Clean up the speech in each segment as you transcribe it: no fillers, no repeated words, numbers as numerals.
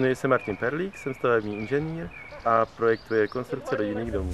Jmenuji se Martin Perlík, jsem stavební inženýr a projektuji konstrukce rodinných domů.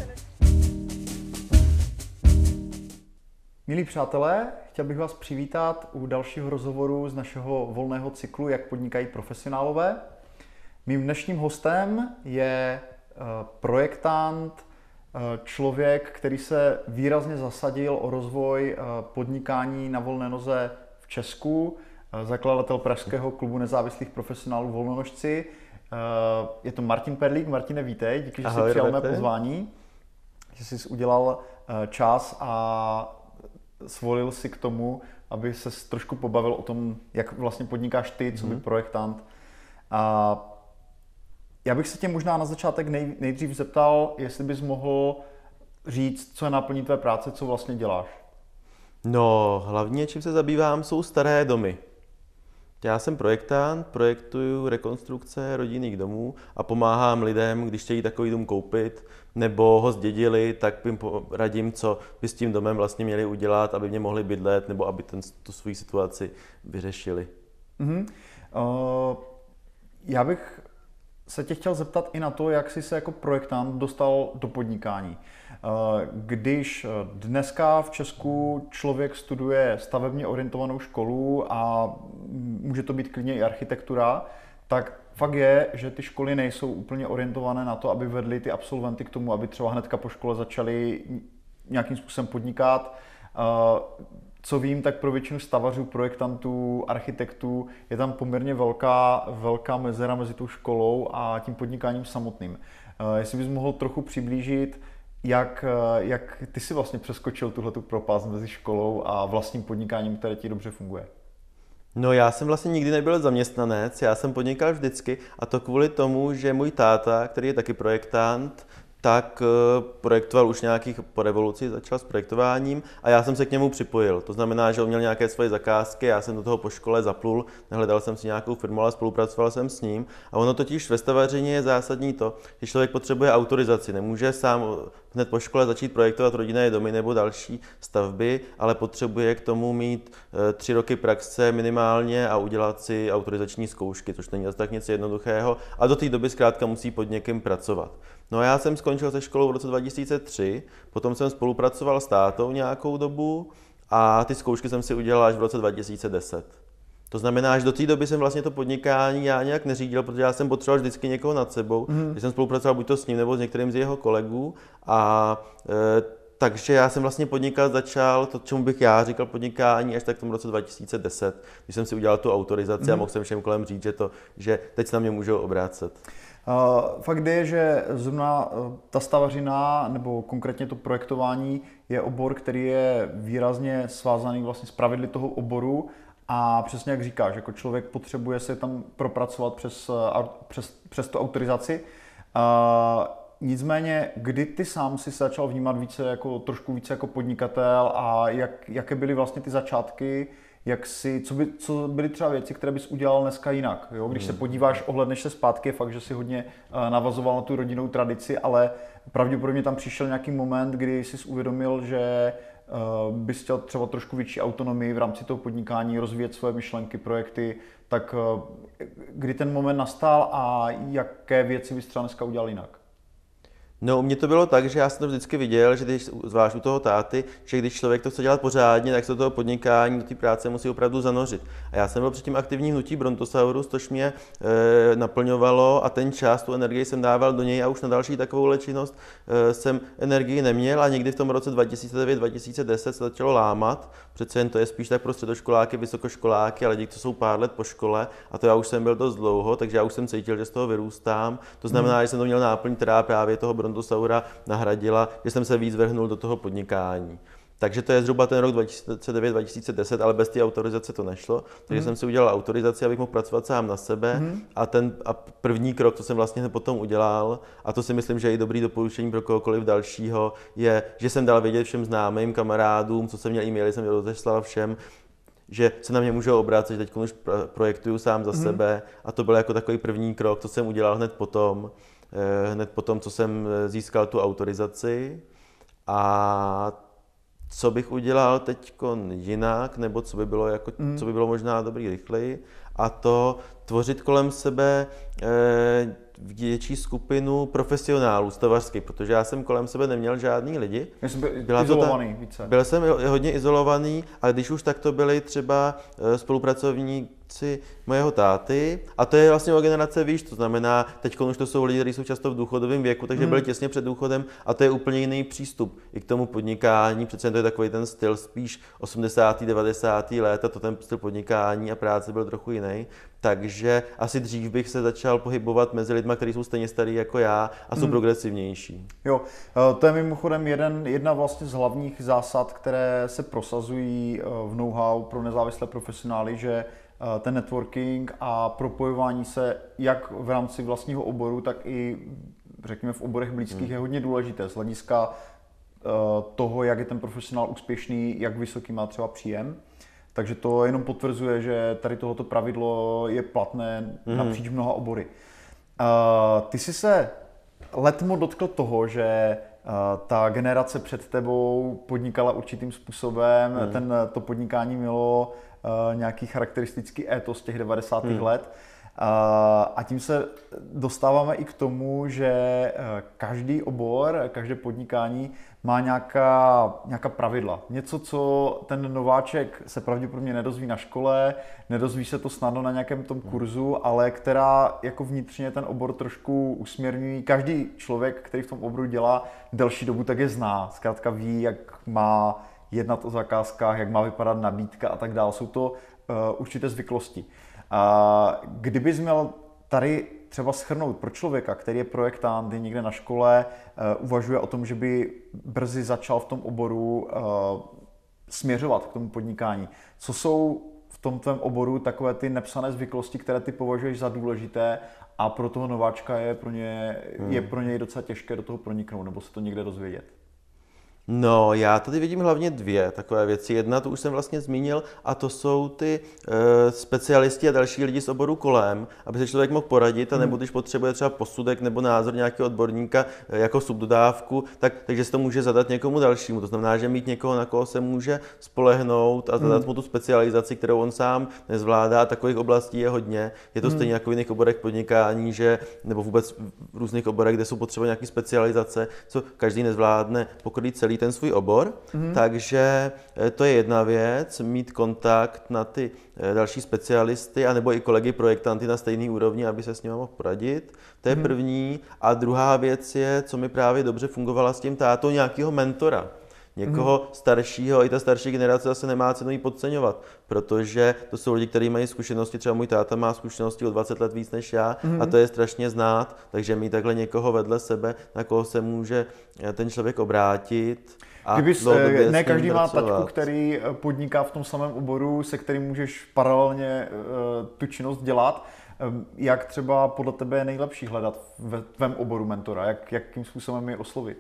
Milí přátelé, chtěl bych vás přivítat u dalšího rozhovoru z našeho volného cyklu Jak podnikají profesionálové. Mým dnešním hostem je projektant, člověk, který se výrazně zasadil o rozvoj podnikání na volné noze v Česku, zakladatel Pražského klubu nezávislých profesionálů Volnonožci. Je to Martin Perlík. Martine, vítej, díky, že jsi přijal mé pozvání, že jsi udělal čas a svolil si k tomu, aby se trošku pobavil o tom, jak vlastně podnikáš ty, co by projektant. A já bych se tě možná na začátek nejdřív zeptal, jestli bys mohl říct, co je náplní tvé práce, co vlastně děláš. No, hlavně čím se zabývám, jsou staré domy. Já jsem projektant, projektuju rekonstrukce rodinných domů a pomáhám lidem, když chtějí takový dům koupit nebo ho zdědili, tak jim radím, co by s tím domem vlastně měli udělat, aby mě mohli bydlet nebo aby tu svou situaci vyřešili. Já bych se tě chtěl zeptat i na to, jak jsi se jako projektant dostal do podnikání. Když dneska v Česku člověk studuje stavebně orientovanou školu a může to být klidně i architektura, tak fakt je, že ty školy nejsou úplně orientované na to, aby vedly ty absolventy k tomu, aby třeba hnedka po škole začali nějakým způsobem podnikat. Co vím, tak pro většinu stavařů, projektantů, architektů je tam poměrně velká mezera mezi tou školou a tím podnikáním samotným. Jestli bys mohl trochu přiblížit, jak ty si vlastně přeskočil tuhletu propast mezi školou a vlastním podnikáním, které ti dobře funguje? No, já jsem vlastně nikdy nebyl zaměstnanec, já jsem podnikal vždycky a to kvůli tomu, že můj táta, který je taky projektant, tak projektoval už nějakých po revoluci, začal s projektováním a já jsem se k němu připojil. To znamená, že on měl nějaké svoje zakázky, já jsem do toho po škole zaplul, nehledal jsem si nějakou firmu, ale spolupracoval jsem s ním. A ono totiž ve stavařině je zásadní to, že člověk potřebuje autorizaci. Nemůže sám hned po škole začít projektovat rodinné domy nebo další stavby, ale potřebuje k tomu mít 3 roky praxe minimálně a udělat si autorizační zkoušky, což není zase tak nic jednoduchého. A do té doby zkrátka musí pod někým pracovat. No a já jsem skončil se školou v roce 2003, potom jsem spolupracoval s tátou nějakou dobu a ty zkoušky jsem si udělal až v roce 2010. To znamená, že do té doby jsem vlastně to podnikání já nějak neřídil, protože já jsem potřeboval vždycky někoho nad sebou, že jsem spolupracoval buď to s ním nebo s některým z jeho kolegů a takže já jsem vlastně podnikat začal, to, čemu bych já říkal podnikání, až tak v tom roce 2010, když jsem si udělal tu autorizaci a mohl jsem všem kolem říct, že teď se na mě můžou obrácet. Fakt je, že zrovna ta stavařina, nebo konkrétně to projektování, je obor, který je výrazně svázaný vlastně s pravidly toho oboru a přesně jak říkáš, jako člověk potřebuje se tam propracovat přes tu autorizaci. Nicméně, kdy ty sám si se začal vnímat trošku více jako podnikatel a jaké byly vlastně ty začátky, co byly třeba věci, které bys udělal dneska jinak? Jo? Když se podíváš, ohledneš se zpátky, je fakt, že si hodně navazoval na tu rodinnou tradici, ale pravděpodobně tam přišel nějaký moment, kdy jsi uvědomil, že bys chtěl třeba trošku větší autonomii v rámci toho podnikání, rozvíjet svoje myšlenky, projekty, tak kdy ten moment nastal a jaké věci bys třeba dneska udělal jinak? No, u mě to bylo tak, že já jsem to vždycky viděl, že když, zvlášť u toho táty, že když člověk to chce dělat pořádně, tak se do toho podnikání, do té práce musí opravdu zanořit. A já jsem byl předtím aktivní hnutí Brontosaurus, což mě naplňovalo a ten čas, tu energii jsem dával do něj a už na další takovou činnost jsem energii neměl a někdy v tom roce 2009-2010 se začalo lámat. Přece jen to je spíš tak pro středoškoláky, vysokoškoláky, ale lidi, co jsou pár let po škole a to já už jsem byl dost dlouho, takže já už jsem cítil, že z toho vyrůstám. To znamená, že jsem to měl náplň, která právě toho Brontosaura nahradila, že jsem se víc vrhnul do toho podnikání. Takže to je zhruba ten rok 2009-2010, ale bez té autorizace to nešlo. Takže jsem si udělal autorizaci, abych mohl pracovat sám na sebe. A první krok, co jsem vlastně potom udělal, a to si myslím, že je i dobrý doporučení pro kohokoliv dalšího, je, že jsem dal vědět všem známým kamarádům, co jsem měl e-maily, jsem rozeslal všem, že se na mě můžou obrátit, že teď už projektuju sám za sebe. A to byl jako takový první krok, co jsem udělal hned potom, co jsem získal tu autorizaci. A co bych udělal teď jinak, nebo co by bylo možná dobrý rychleji. A to tvořit kolem sebe větší skupinu profesionálů stavařských, protože já jsem kolem sebe neměl žádný lidi. Byl izolovaný více. Byl jsem hodně izolovaný, ale když už tak to byli třeba spolupracovníci mojeho táty, a to je vlastně o generace výš, to znamená, teď už to jsou lidi, kteří jsou často v důchodovém věku, takže byli těsně před důchodem a to je úplně jiný přístup i k tomu podnikání, přece to je takový ten styl spíš 80. 90. let a to ten styl podnikání a práce byl trochu jiný. Takže asi dřív bych se začal pohybovat mezi lidmi, kteří jsou stejně starí jako já a jsou progresivnější. Jo, to je mimochodem jedna vlastně z hlavních zásad, které se prosazují v know-how pro nezávislé profesionály, že ten networking a propojování se jak v rámci vlastního oboru, tak i řekněme v oborech blízkých je hodně důležité z hlediska toho, jak je ten profesionál úspěšný, jak vysoký má třeba příjem. Takže to jenom potvrzuje, že tady tohoto pravidlo je platné napříč mnoha obory. Ty jsi se letmo dotkl toho, že ta generace před tebou podnikala určitým způsobem, to podnikání mělo nějaký charakteristický étos těch 90. let. A tím se dostáváme i k tomu, že každý obor, každé podnikání má nějaká pravidla. Něco, co ten nováček se pravděpodobně nedozví na škole, nedozví se to snadno na nějakém tom kurzu, ale která jako vnitřně ten obor trošku usměrňují. Každý člověk, který v tom oboru dělá delší dobu, tak je zná. Zkrátka ví, jak má jednat o zakázkách, jak má vypadat nabídka a tak dále. Jsou to určité zvyklosti. Kdybys měl tady třeba shrnout pro člověka, který je projektant, je někde na škole, uvažuje o tom, že by brzy začal v tom oboru směřovat k tomu podnikání. Co jsou v tom tvém oboru takové ty nepsané zvyklosti, které ty považuješ za důležité a pro toho nováčka je pro něj docela těžké do toho proniknout nebo se to někde dozvědět? No, já tady vidím hlavně dvě takové věci. Jedna, to už jsem vlastně zmínil, a to jsou ty specialisti a další lidi z oboru kolem, aby se člověk mohl poradit, a nebo když potřebuje třeba posudek nebo názor nějakého odborníka jako subdodávku, takže se to může zadat někomu dalšímu. To znamená, že mít někoho, na koho se může spolehnout a zadat mu tu specializaci, kterou on sám nezvládá. Takových oblastí je hodně. Je to stejně jako v jiných oborech podnikání, nebo vůbec v různých oborech, kde jsou potřeba nějaké specializace, co každý nezvládne pokrýt celý ten svůj obor, takže to je jedna věc, mít kontakt na ty další specialisty, anebo i kolegy projektanty na stejné úrovni, aby se s nimi mohl poradit. To je první. A druhá věc je, co mi právě dobře fungovala s tím tátou, nějakého mentora. Někoho staršího, i ta starší generace zase nemá cenu ji podceňovat, protože to jsou lidi, kteří mají zkušenosti, třeba můj táta má zkušenosti o 20 let víc než já a to je strašně znát, takže mít takhle někoho vedle sebe, na koho se může ten člověk obrátit. Ne každý má taťku, který podniká v tom samém oboru, se kterým můžeš paralelně tu činnost dělat. Jak třeba podle tebe je nejlepší hledat ve tvém oboru mentora? Jakým způsobem je oslovit?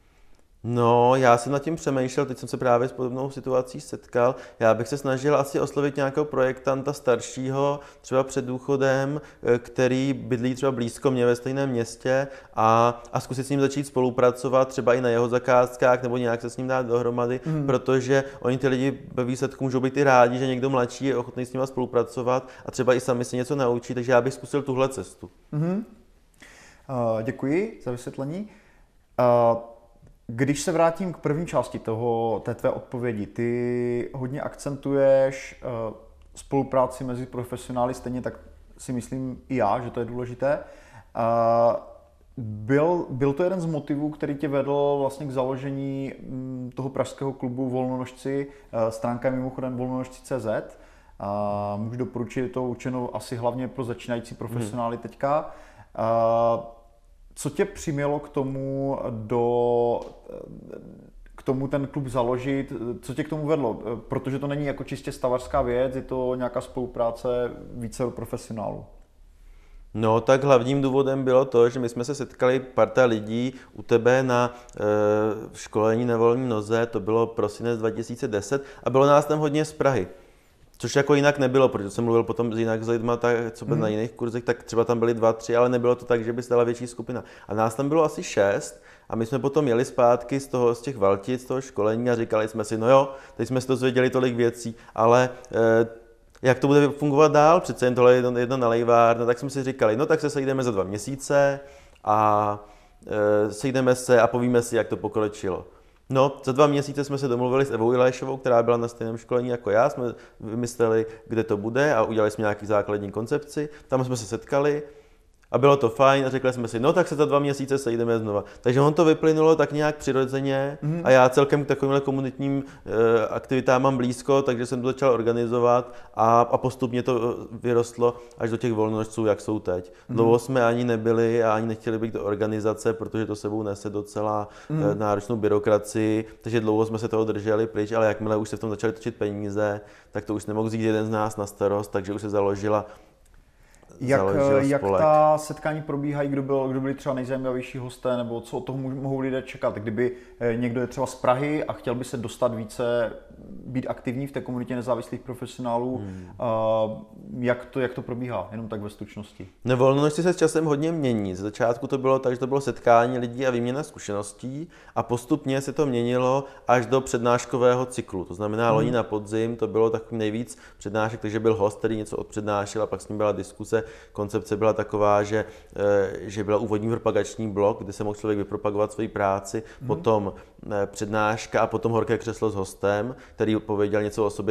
No, já jsem nad tím přemýšlel, teď jsem se právě s podobnou situací setkal. Já bych se snažil asi oslovit nějakého projektanta staršího, třeba před důchodem, který bydlí třeba blízko mě ve stejném městě a zkusit s ním začít spolupracovat, třeba i na jeho zakázkách, nebo nějak se s ním dát dohromady, protože oni ty lidi ve výsledku můžou být i rádi, že někdo mladší je ochotný s nimi spolupracovat a třeba i sami si něco naučí, takže já bych zkusil tuhle cestu. Děkuji za vysvětlení. Když se vrátím k první části té tvé odpovědi, ty hodně akcentuješ spolupráci mezi profesionály, stejně tak si myslím i já, že to je důležité. Byl to jeden z motivů, který tě vedl vlastně k založení toho pražského klubu Volnonožci, stránka mimochodem volnonožci.cz. Můžu doporučit, je to určeno asi hlavně pro začínající profesionály teďka. Co tě přimělo k tomu ten klub založit? Co tě k tomu vedlo? Protože to není jako čistě stavařská věc, je to nějaká spolupráce více profesionálů. No, tak hlavním důvodem bylo to, že my jsme se setkali parta lidí u tebe na školení na volné noze, to bylo prosinec 2010 a bylo nás tam hodně z Prahy. Což jako jinak nebylo, protože jsem mluvil potom jinak s lidma, co byli na jiných kurzech, tak třeba tam byli 2, 3, ale nebylo to tak, že by stala větší skupina. A nás tam bylo asi 6 a my jsme potom jeli zpátky z těch Valtic, z toho školení a říkali jsme si, no jo, teď jsme si dozvěděli tolik věcí, ale jak to bude fungovat dál, přece jen tohle je jedna nalejvárna, tak jsme si říkali, no tak se sejdeme za 2 měsíce a sejdeme se a povíme si, jak to pokročilo. No, za 2 měsíce jsme se domluvili s Evou Iléšovou, která byla na stejném školení jako já, jsme vymysleli, kde to bude a udělali jsme nějaký základní koncepci, tam jsme se setkali a bylo to fajn a řekli jsme si, no tak se za 2 měsíce sejdeme znova. Takže on to vyplynulo tak nějak přirozeně a já celkem k takovýmhle komunitním aktivitám mám blízko, takže jsem to začal organizovat a postupně to vyrostlo až do těch volnonožců, jak jsou teď. Dlouho jsme ani nebyli a ani nechtěli být do organizace, protože to sebou nese docela náročnou byrokracii, takže dlouho jsme se toho drželi pryč, ale jakmile už se v tom začaly točit peníze, tak to už nemohl vzít jeden z nás na starost, takže už se založila Jak ta setkání probíhají, kdo byli třeba nejzajímavější hosté, nebo co od toho mohou lidé čekat? Kdyby někdo je třeba z Prahy a chtěl by se dostat více, být aktivní v té komunitě nezávislých profesionálů, jak to probíhá? Jenom tak ve stručnosti. Volnonožci se s časem hodně mění. Z začátku to bylo tak, že to bylo setkání lidí a výměna zkušeností a postupně se to měnilo až do přednáškového cyklu. To znamená, loni na podzim to bylo takový nejvíc přednášek, takže byl host, který něco odpřednášel a pak s ním byla diskuse. Koncepce byla taková, že byl úvodní propagační blok, kde se mohl člověk vypropagovat svoji práci, potom přednáška a potom horké křeslo s hostem, který pověděl něco o sobě,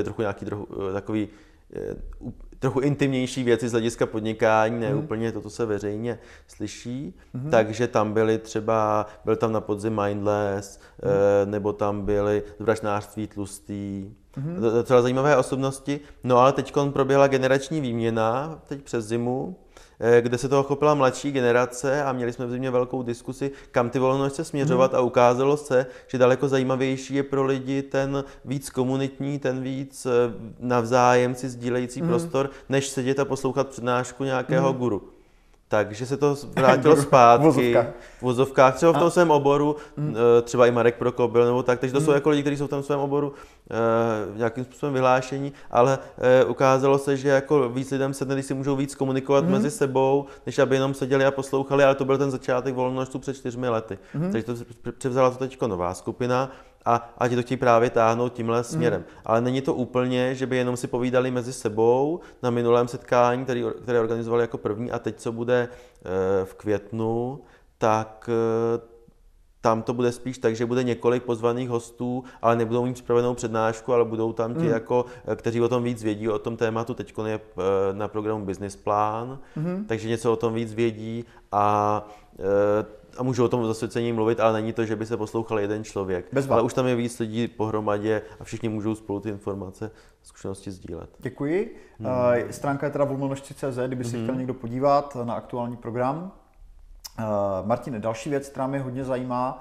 trochu intimnější věci z hlediska podnikání, ne úplně to, co se veřejně slyší. Takže tam byl tam na podzim Mindless, nebo tam byly z brašnářství tlustý, docela zajímavé osobnosti. No ale teď proběhla generační výměna, teď přes zimu, kde se toho chopila mladší generace a měli jsme v zimě velkou diskusi, kam ty volnonožce směřovat a ukázalo se, že daleko zajímavější je pro lidi ten víc komunitní, ten víc navzájem si sdílející prostor, než sedět a poslouchat přednášku nějakého guru. Takže se to vrátilo zpátky. V vozovkách, třeba v tom svém oboru, třeba i Marek Prokop byl nebo tak, takže to jsou jako lidi, kteří jsou v tom svém oboru nějakým způsobem vyhlášení, ale ukázalo se, že jako víc lidem sedne, když si můžou víc komunikovat mezi sebou, než aby jenom seděli a poslouchali, ale to byl ten začátek volnonožců před 4 lety. Takže to převzala to teď nová skupina. A ti to chtějí právě táhnout tímhle směrem. Ale není to úplně, že by jenom si povídali mezi sebou na minulém setkání, které organizovali jako první a teď, co bude v květnu, tak tam to bude spíš tak, že bude několik pozvaných hostů, ale nebudou mít připravenou přednášku, ale budou tam ti, kteří o tom víc vědí, o tom tématu. Teď je na programu Business Plán, takže něco o tom víc vědí a můžou o tom zasvěcení mluvit, ale není to, že by se poslouchal jeden člověk. Ale už tam je víc lidí pohromadě a všichni můžou spolu ty informace, zkušenosti sdílet. Děkuji. Stránka je teda volnonožci.cz, kdyby se chtěl někdo podívat na aktuální program. Martine, další věc, která mě hodně zajímá,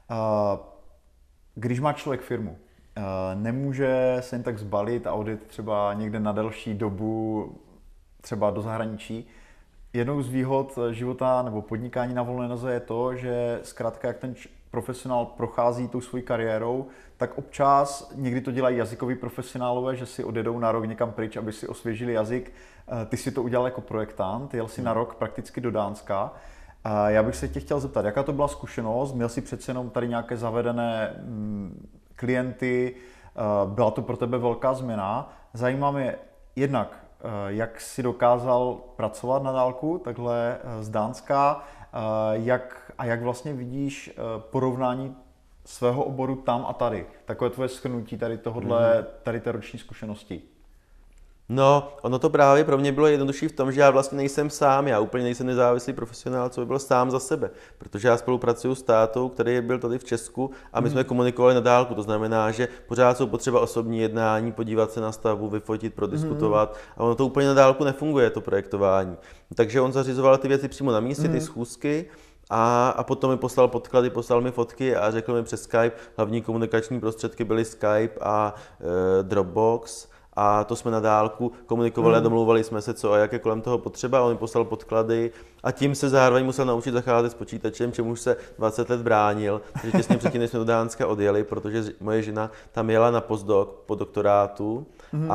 když má člověk firmu, nemůže se jen tak zbalit a odjet třeba někde na delší dobu, třeba do zahraničí. Jednou z výhod života nebo podnikání na volné noze je to, že zkrátka jak ten profesionál prochází tou svojí kariérou, tak občas někdy to dělají jazykoví profesionálové, že si odjedou na rok někam pryč, aby si osvěžili jazyk. Ty si to udělal jako projektant, jel si na rok prakticky do Dánska. Já bych se tě chtěl zeptat, jaká to byla zkušenost? Měl jsi přece jenom tady nějaké zavedené klienty, byla to pro tebe velká změna. Zajímá mě jednak, jak jsi dokázal pracovat na dálku, takhle z Dánska, jak vlastně vidíš porovnání svého oboru tam a tady. Takové tvoje shrnutí tady té roční zkušenosti. No, ono to právě pro mě bylo jednodušší v tom, že já vlastně nejsem sám, já úplně nejsem nezávislý profesionál, co by byl sám za sebe, protože já spolupracuju s tátou, který byl tady v Česku a my jsme komunikovali na dálku, to znamená, že pořád jsou potřeba osobní jednání, podívat se na stavbu, vyfotit, prodiskutovat a ono to úplně na dálku nefunguje, to projektování. Takže on zařizoval ty věci přímo na místě, ty schůzky, a potom mi poslal podklady, poslal mi fotky a řekl mi přes Skype, hlavní komunikační prostředky byly Skype a Dropbox. A to jsme na dálku komunikovali a domlouvali jsme se, co a jak je kolem toho potřeba. On mi poslal podklady a tím se zároveň musel naučit zacházet s počítačem, čemu se 20 let bránil. Takže těsně předtím, než jsme do Dánska odjeli, protože moje žena tam jela na postdoc po doktorátu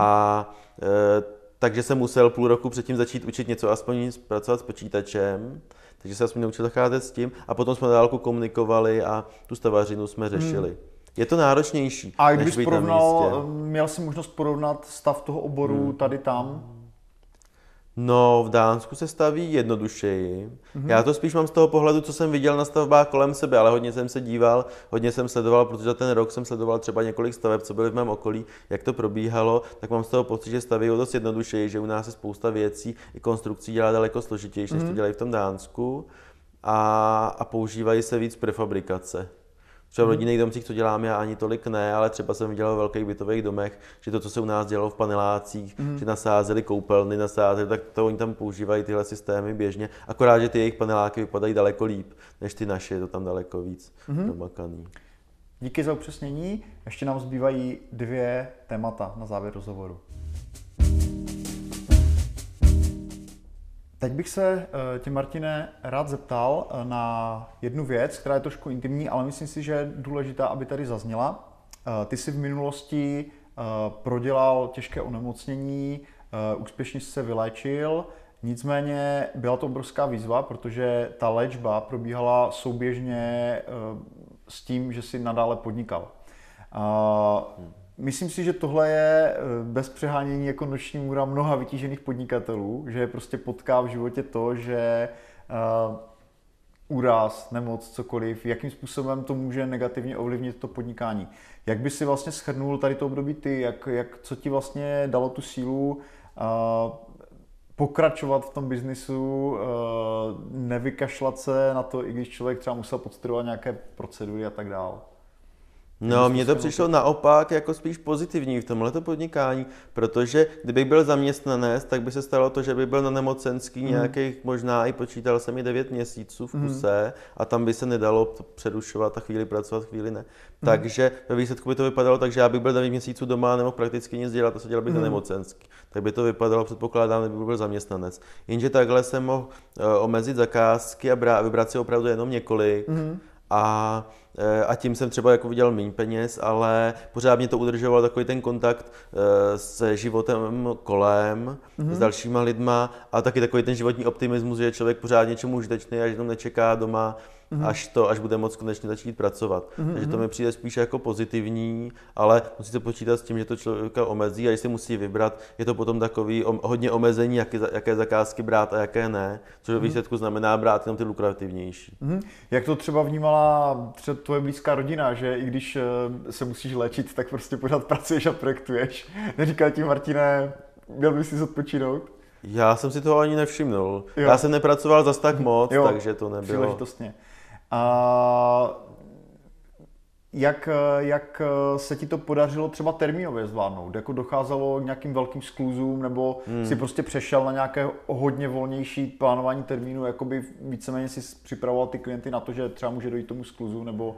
takže jsem musel půl roku předtím začít učit něco, aspoň pracovat s počítačem. Takže se aspoň naučil zacházet s tím a potom jsme na dálku komunikovali a tu stavařinu jsme řešili. Je to náročnější, A než kdybys být na porovnal, místě. měl jsi možnost porovnat stav toho oboru tady tam? No, v Dánsku se staví jednodušeji. Já to spíš mám z toho pohledu, co jsem viděl na stavbách kolem sebe, ale hodně jsem se díval, hodně jsem sledoval, protože za ten rok jsem sledoval třeba několik staveb, co byly v mém okolí, jak to probíhalo, tak mám z toho pocit, že staví dost jednodušeji, že u nás se spousta věcí i konstrukcí dělá daleko složitější, než to dělají v tom Dánsku a používají se víc prefabrikace. Třeba v rodinných domcích, co dělám já, ani tolik ne, ale třeba jsem viděl v velkých bytových domech, že to, co se u nás dělalo v panelácích, že nasázeli koupelny, tak to oni tam používají tyhle systémy běžně. Akorát, že ty jejich paneláky vypadají daleko líp, než ty naše, je to tam daleko víc domakaný. Díky za upřesnění. Ještě nám zbývají 2 témata na závěr rozhovoru. Teď bych se tě, Martine, rád zeptal na jednu věc, která je trošku intimní, ale myslím si, že je důležitá, aby tady zazněla. Ty jsi v minulosti prodělal těžké onemocnění, úspěšně jsi se vyléčil, nicméně byla to obrovská výzva, protože ta léčba probíhala souběžně s tím, že jsi nadále podnikal. Myslím si, že tohle je bez přehánění jako noční můra mnoha vytížených podnikatelů, že je prostě potká v životě to, že úraz, nemoc, cokoliv, jakým způsobem to může negativně ovlivnit to podnikání. Jak by si vlastně shrnul tady to období ty, co ti vlastně dalo tu sílu pokračovat v tom biznisu, nevykašlat se na to, i když člověk třeba musel podstudovat nějaké procedury a tak dále? No, mně to přišlo naopak jako spíš pozitivní v tomhleto podnikání, protože kdybych byl zaměstnanec, tak by se stalo to, že bych byl na nemocenský nějakých, možná i počítal jsem i 9 měsíců v kuse a tam by se nedalo to přerušovat a chvíli pracovat, chvíli ne. Takže ve výsledku by to vypadalo tak, že já bych byl 9 měsíců doma a nemohl prakticky nic dělat a co dělal bych na nemocenský. Tak by to vypadalo, předpokládám, kdyby byl zaměstnanec. Jenže takhle jsem mohl omezit zakázky a vybrat si opravdu jenom několik. A tím jsem třeba jako viděl méně peněz, ale pořád mě to udržovalo takový ten kontakt se životem kolem, s dalšíma lidma a taky takový ten životní optimismus, že je člověk pořád něčemu užitečný a že tam nečeká doma, až bude moc konečně začít pracovat. Takže to mi přijde spíš jako pozitivní, ale musíte počítat s tím, že to člověka omezí a když si musí vybrat, je to potom takový hodně omezení, jaké zakázky brát a jaké ne, což v výsledku znamená brát jenom ty lukrativnější. Jak to třeba vnímala tvoje blízká rodina, že i když se musíš léčit, tak prostě pořád pracuješ a projektuješ? Neříká ti, Martine, měl bys si odpočinout? Já jsem si toho ani nevšimnul. Jo. Já jsem nepracoval zas tak moc, takže to nebylo. Příležitostně. A jak se ti to podařilo třeba termínově zvládnout? Jako docházelo k nějakým velkým skluzům, nebo si prostě přešel na nějaké hodně volnější plánování termínu, jakoby víceméně si připravoval ty klienty na to, že třeba může dojít tomu skluzu, nebo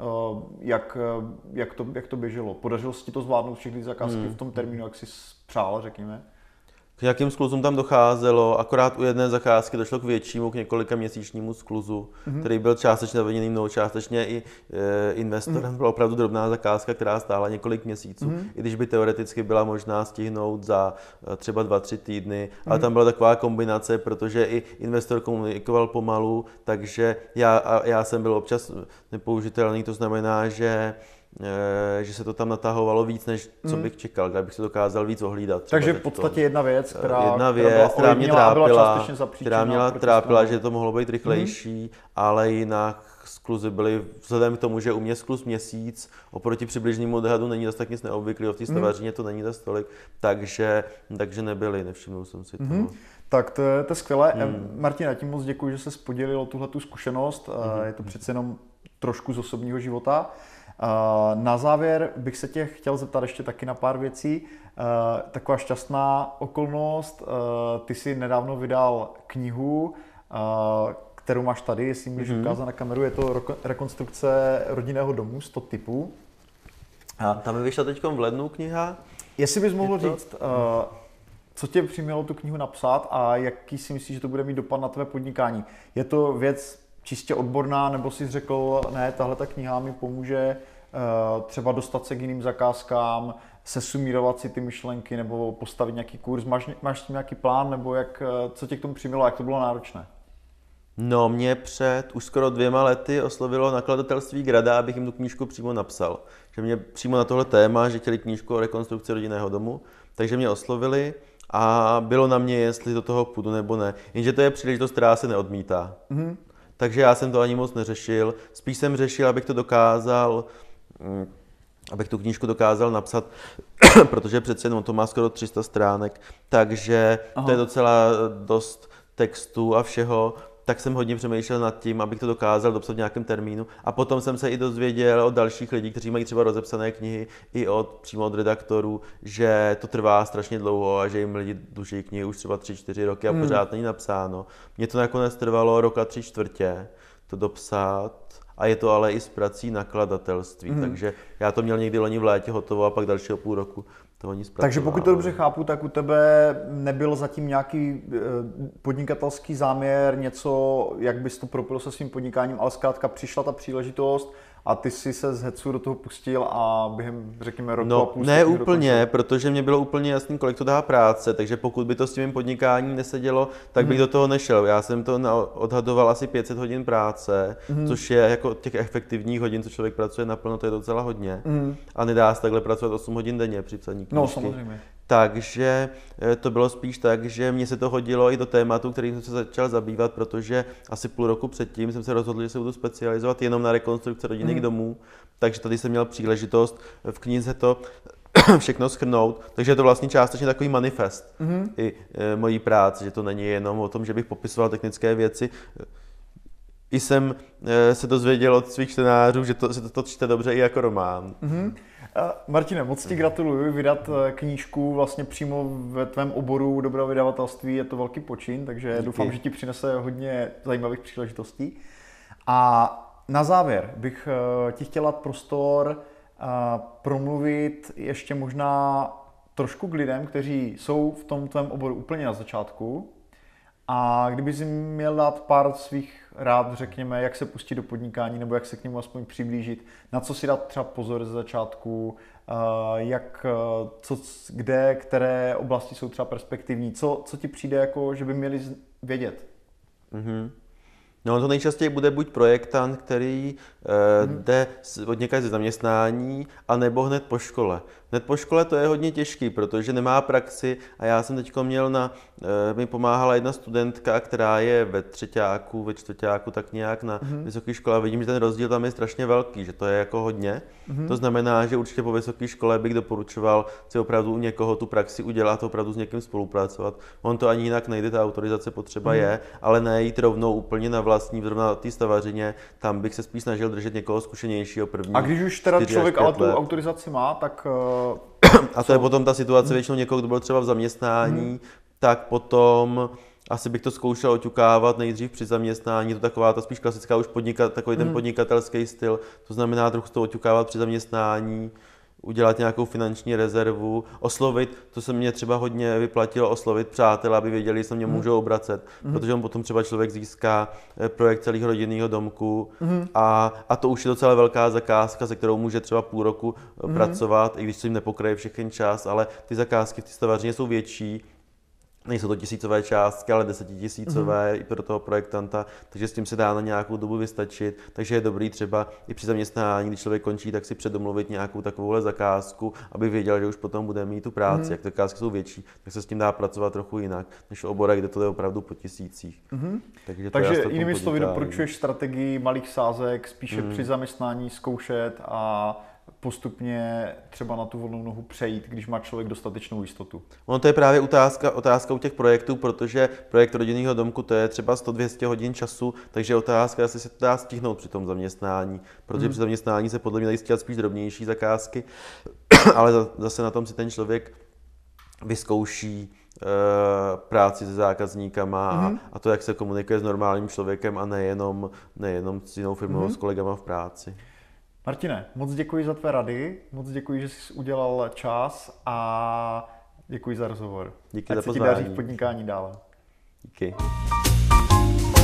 jak to běželo? Podařilo se ti to zvládnout všechny zakázky v tom termínu, jak jsi přál, řekněme? K jakým skluzům tam docházelo, akorát u jedné zakázky došlo k většímu, k několika měsíčnímu skluzu, který byl částečně zaviněný mnou, částečně i investorem. Byla opravdu drobná zakázka, která stála několik měsíců, i když by teoreticky byla možná stihnout za třeba 2-3 týdny, ale tam byla taková kombinace, protože i investor komunikoval pomalu, takže já jsem byl občas nepoužitelný, to znamená, že se to tam natahovalo víc, než co bych čekal, kdybych se dokázal víc ohlídat. Takže v podstatě jedna věc, která mě trápila, že to mohlo být rychlejší, ale jinak skluzy byly, vzhledem k tomu, že u mě skluz měsíc oproti přibližnému odhadu není zase tak nic neobvyklého, v té stavařině to není zase tolik, takže nebyly, nevšimnul jsem si toho. Tak to je skvělé. Martina, tím moc děkuji, že se podělil o tuhletu zkušenost. Je to přece jenom trošku z osobního života. Na závěr bych se tě chtěl zeptat ještě taky na pár věcí. Taková šťastná okolnost, ty jsi nedávno vydal knihu, kterou máš tady, jestli můžeš ukázat na kameru, je to rekonstrukce rodinného domu 100 typů. Tam vyšla teď v lednu kniha. Jestli bys mohl říct, co tě přimělo tu knihu napsat a jaký si myslíš, že to bude mít dopad na tvé podnikání? Je to věc čistě odborná, nebo jsi řekl, ne, tahle ta kniha mi pomůže třeba dostat se k jiným zakázkám, sesumírovat si ty myšlenky nebo postavit nějaký kurz. Máš s tím nějaký plán, nebo co tě k tomu přimělo, jak to bylo náročné? No, mě před už skoro 2 lety oslovilo nakladatelství Grada, abych jim tu knížku přímo napsal. Že mě přímo na tohle téma, že chtěli knížku o rekonstrukci rodinného domu, takže mě oslovili a bylo na mě, jestli do toho půjdu nebo ne. Jenže to je příležitost, která se neodmítá. Takže já jsem to ani moc neřešil. Spíš jsem řešil, abych to dokázal, abych tu knížku dokázal napsat, protože přece jenom to má skoro 300 stránek, takže to je docela dost textu a všeho, tak jsem hodně přemýšlel nad tím, abych to dokázal dopsat v nějakém termínu. A potom jsem se i dozvěděl od dalších lidí, kteří mají třeba rozepsané knihy, i přímo od redaktorů, že to trvá strašně dlouho a že jim lidi dluží knihy už třeba 3-4 roky a pořád není napsáno. Mně to nakonec trvalo rok a 3/4 to dopsat. A je to ale i s prací nakladatelství, takže já to měl někdy loni v létě hotovo a pak dalšího půl roku to oni zpracovali. Takže pokud to dobře chápu, tak u tebe nebyl zatím nějaký podnikatelský záměr, něco, jak bys to propil se svým podnikáním, ale zkrátka přišla ta příležitost a ty si se z hecu do toho pustil a během, řekněme, roku a půl. Ne úplně, protože mě bylo úplně jasný, kolik to dá práce, takže pokud by to s tím podnikáním nesedělo, tak bych do toho nešel. Já jsem to odhadoval asi 500 hodin práce, což je jako těch efektivních hodin, co člověk pracuje naplno, to je docela hodně. A nedá se takhle pracovat 8 hodin denně při psaní knížky. No, samozřejmě. Takže to bylo spíš tak, že mně se to hodilo i do tématu, kterým jsem se začal zabývat, protože asi půl roku předtím jsem se rozhodl, že se budu specializovat jenom na rekonstrukce rodinných domů, takže tady jsem měl příležitost v knize to všechno shrnout, takže je to vlastně částečně takový manifest i mojí práce, že to není jenom o tom, že bych popisoval technické věci. I jsem se dozvěděl od svých čtenářů, že se to čte dobře i jako román. Martine, moc ti gratuluju vydat knížku vlastně přímo ve tvém oboru dobrého vydavatelství, je to velký počin, takže díky. Doufám, že ti přinese hodně zajímavých příležitostí. A na závěr bych ti chtěl dát prostor promluvit ještě možná trošku k lidem, kteří jsou v tom tvém oboru úplně na začátku. A kdyby jsi měl dát pár svých rád, řekněme, jak se pustit do podnikání nebo jak se k němu aspoň přiblížit, na co si dát třeba pozor ze začátku, kde, které oblasti jsou třeba perspektivní, co ti přijde jako, že by měli vědět? No, to nejčastěji bude buď projektant, který jde od někde ze zaměstnání, anebo hned po škole. Hned po škole to je hodně těžký, protože nemá praxi a já jsem teď měl mi pomáhala jedna studentka, která je ve třeťáku, ve čtvrťáku, tak nějak na vysoké škole a vidím, že ten rozdíl tam je strašně velký, že to je jako hodně. To znamená, že určitě po vysoké škole bych doporučoval si opravdu u někoho tu praxi udělat, opravdu s někým spolupracovat. On to ani jinak nejde, ta autorizace potřeba je, ale nejít rovnou úplně na vlastní, zrovna na té stavařině, tam bych se spíš snažil držet někoho zkušenějšího první. A když už teda člověk ale tu autorizaci má, tak a to je potom ta situace většinou někoho, kdo byl třeba v zaměstnání, tak potom asi bych to zkoušel oťukávat nejdřív při zaměstnání, to taková ta spíš klasická už takový ten podnikatelský styl, to znamená trochu to oťukávat při zaměstnání, udělat nějakou finanční rezervu, oslovit, to se mě třeba hodně vyplatilo, oslovit přátelé, aby věděli, že se mě můžou obracet, protože on potom třeba člověk získá projekt celého rodinného domku a to už je docela velká zakázka, se kterou může třeba půl roku pracovat, i když se jim nepokryje všechny čas, ale ty zakázky v té stavařině jsou větší. Nejsou to tisícové částky, ale desetitisícové i pro toho projektanta, takže s tím se dá na nějakou dobu vystačit. Takže je dobrý třeba i při zaměstnání, když člověk končí, tak si předomluvit nějakou takovouhle zakázku, aby věděl, že už potom bude mít tu práci. Jak zakázky jsou větší, tak se s tím dá pracovat trochu jinak, než v oborech, kde to je opravdu po tisících. Takže jinými slovy doporučuješ strategii malých sázek, spíše při zaměstnání zkoušet a postupně třeba na tu volnou nohu přejít, když má člověk dostatečnou jistotu. Ono to je právě otázka u těch projektů, protože projekt rodinného domku to je třeba 100-200 hodin času, takže otázka, jestli se to dá stihnout při tom zaměstnání, protože při zaměstnání se podle mě dají stíhat spíš drobnější zakázky, ale zase na tom si ten člověk vyzkouší práci se zákazníkama a to, jak se komunikuje s normálním člověkem a nejenom s jinou firmou, s kolegama v práci. Martine, moc děkuji za tvé rady, moc děkuji, že jsi udělal čas a děkuji za rozhovor. Díky za pozvání. Ať se ti daří v podnikání dále. Díky.